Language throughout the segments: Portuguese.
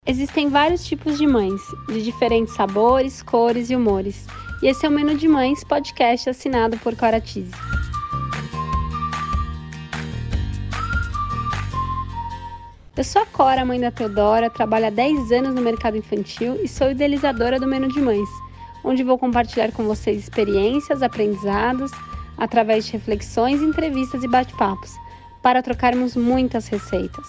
Existem vários tipos de mães, de diferentes sabores, cores e humores. E esse é o Menu de Mães, podcast assinado por Cora Tizzi. Eu sou a Cora, mãe da Teodora, trabalho há 10 anos no mercado infantil e sou idealizadora do Menu de Mães, onde vou compartilhar com vocês experiências, aprendizados, através de reflexões, entrevistas e bate-papos, para trocarmos muitas receitas.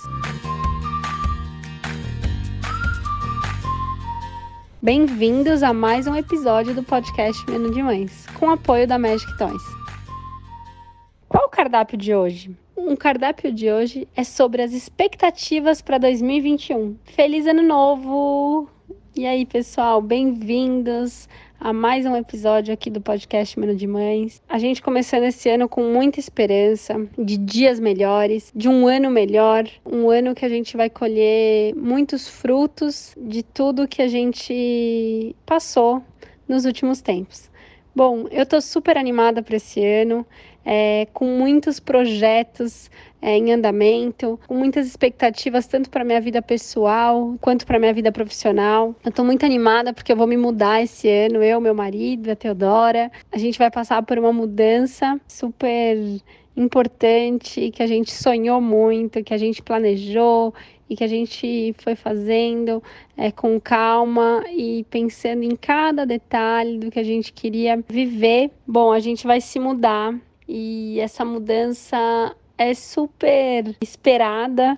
Bem-vindos a mais um episódio do podcast Menu de Mães, com apoio da Magic Toys. Qual o cardápio de hoje? O cardápio de hoje é sobre as expectativas para 2021. Feliz Ano Novo! E aí, pessoal, bem-vindos a mais um episódio aqui do podcast Menu de Mães. A gente começando esse ano com muita esperança de dias melhores, de um ano melhor, um ano que a gente vai colher muitos frutos de tudo que a gente passou nos últimos tempos. Bom, eu tô super animada para esse ano, com muitos projetos em andamento, com muitas expectativas tanto para minha vida pessoal quanto para minha vida profissional. Eu tô muito animada porque eu vou me mudar esse ano, eu, meu marido, a Teodora. A gente vai passar por uma mudança super importante, que a gente sonhou muito, que a gente planejou e que a gente foi fazendo com calma e pensando em cada detalhe do que a gente queria viver. Bom, a gente vai se mudar e essa mudança é super esperada,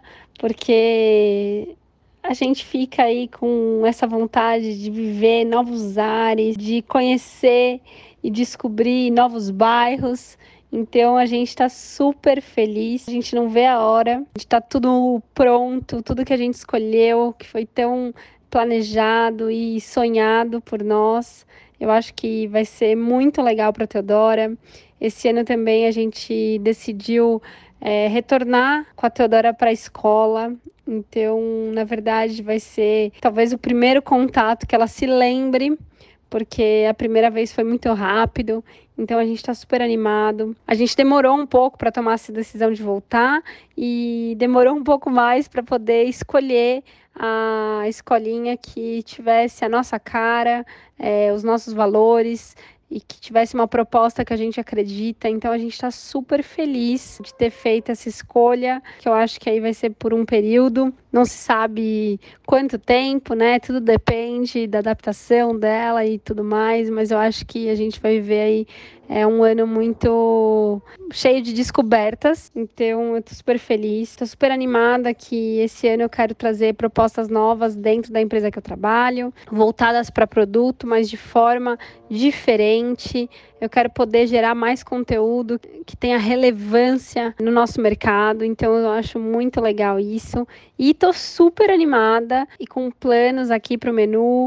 porque a gente fica aí com essa vontade de viver novos ares, de conhecer e descobrir novos bairros. Então a gente está super feliz, a gente não vê a hora, está tudo pronto, tudo que a gente escolheu, que foi tão planejado e sonhado por nós. Eu acho que vai ser muito legal para a Teodora. Esse ano também a gente decidiu retornar com a Teodora para a escola. Então, na verdade, vai ser talvez o primeiro contato que ela se lembre, porque a primeira vez foi muito rápido. Então a gente está super animado. A gente demorou um pouco para tomar essa decisão de voltar e demorou um pouco mais para poder escolher a escolinha que tivesse a nossa cara, os nossos valores e que tivesse uma proposta que a gente acredita. Então a gente está super feliz de ter feito essa escolha, que eu acho que aí vai ser por um período. Não se sabe quanto tempo, né? Tudo depende da adaptação dela e tudo mais, mas eu acho que a gente vai viver aí um ano muito cheio de descobertas. Então eu tô super feliz, tô super animada que esse ano eu quero trazer propostas novas dentro da empresa que eu trabalho, voltadas para produto, mas de forma diferente. Eu quero poder gerar mais conteúdo que tenha relevância no nosso mercado, então eu acho muito legal isso. E tô super animada e com planos aqui para o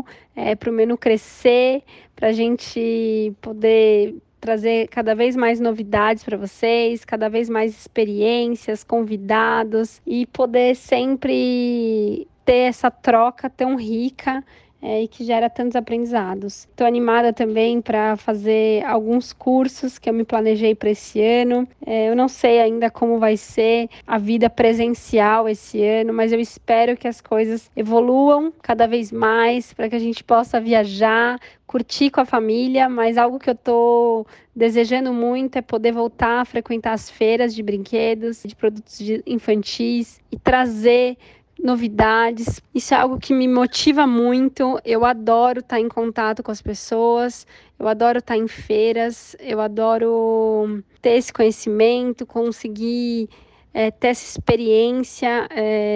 menu crescer, para a gente poder trazer cada vez mais novidades para vocês, cada vez mais experiências, convidados e poder sempre ter essa troca tão rica e que gera tantos aprendizados. Estou animada também para fazer alguns cursos que eu me planejei para esse ano. Eu não sei ainda como vai ser a vida presencial esse ano, mas eu espero que as coisas evoluam cada vez mais para que a gente possa viajar, curtir com a família, mas algo que eu estou desejando muito é poder voltar a frequentar as feiras de brinquedos, de produtos infantis e trazer novidades. Isso é algo que me motiva muito. Eu adoro estar em contato com as pessoas, eu adoro estar em feiras, eu adoro ter esse conhecimento, conseguir ter essa experiência,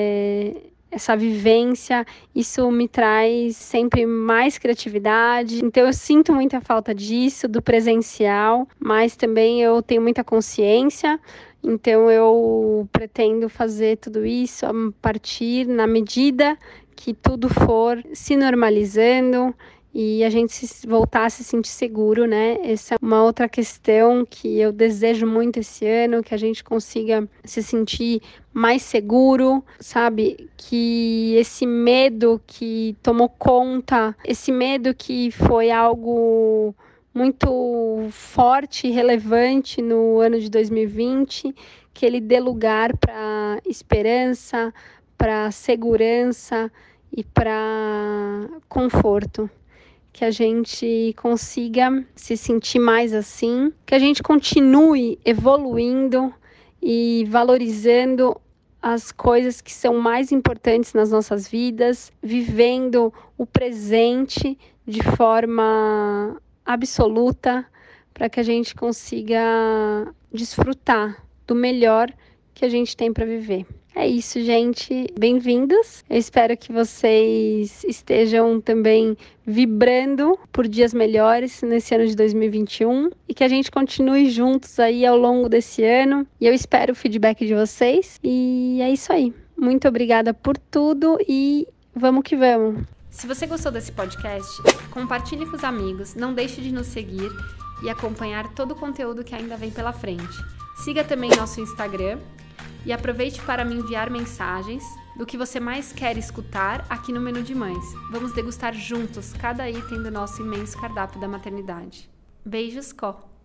essa vivência. Isso me traz sempre mais criatividade. Então eu sinto muita falta disso, do presencial, mas também eu tenho muita consciência. Então eu pretendo fazer tudo isso a partir, na medida que tudo for se normalizando e a gente voltar a se sentir seguro, né? Essa é uma outra questão que eu desejo muito esse ano, que a gente consiga se sentir mais seguro, sabe? Que esse medo que tomou conta, esse medo que foi algo muito forte e relevante no ano de 2020, que ele dê lugar para esperança, para segurança e para conforto. Que a gente consiga se sentir mais assim, que a gente continue evoluindo e valorizando as coisas que são mais importantes nas nossas vidas, vivendo o presente de forma absoluta, para que a gente consiga desfrutar do melhor que a gente tem para viver. É isso, gente. Bem-vindos. Eu espero que vocês estejam também vibrando por dias melhores nesse ano de 2021 e que a gente continue juntos aí ao longo desse ano. E eu espero o feedback de vocês. E é isso aí. Muito obrigada por tudo e vamos que vamos. Se você gostou desse podcast, compartilhe com os amigos, não deixe de nos seguir e acompanhar todo o conteúdo que ainda vem pela frente. Siga também nosso Instagram e aproveite para me enviar mensagens do que você mais quer escutar aqui no Menu de Mães. Vamos degustar juntos cada item do nosso imenso cardápio da maternidade. Beijos, Có!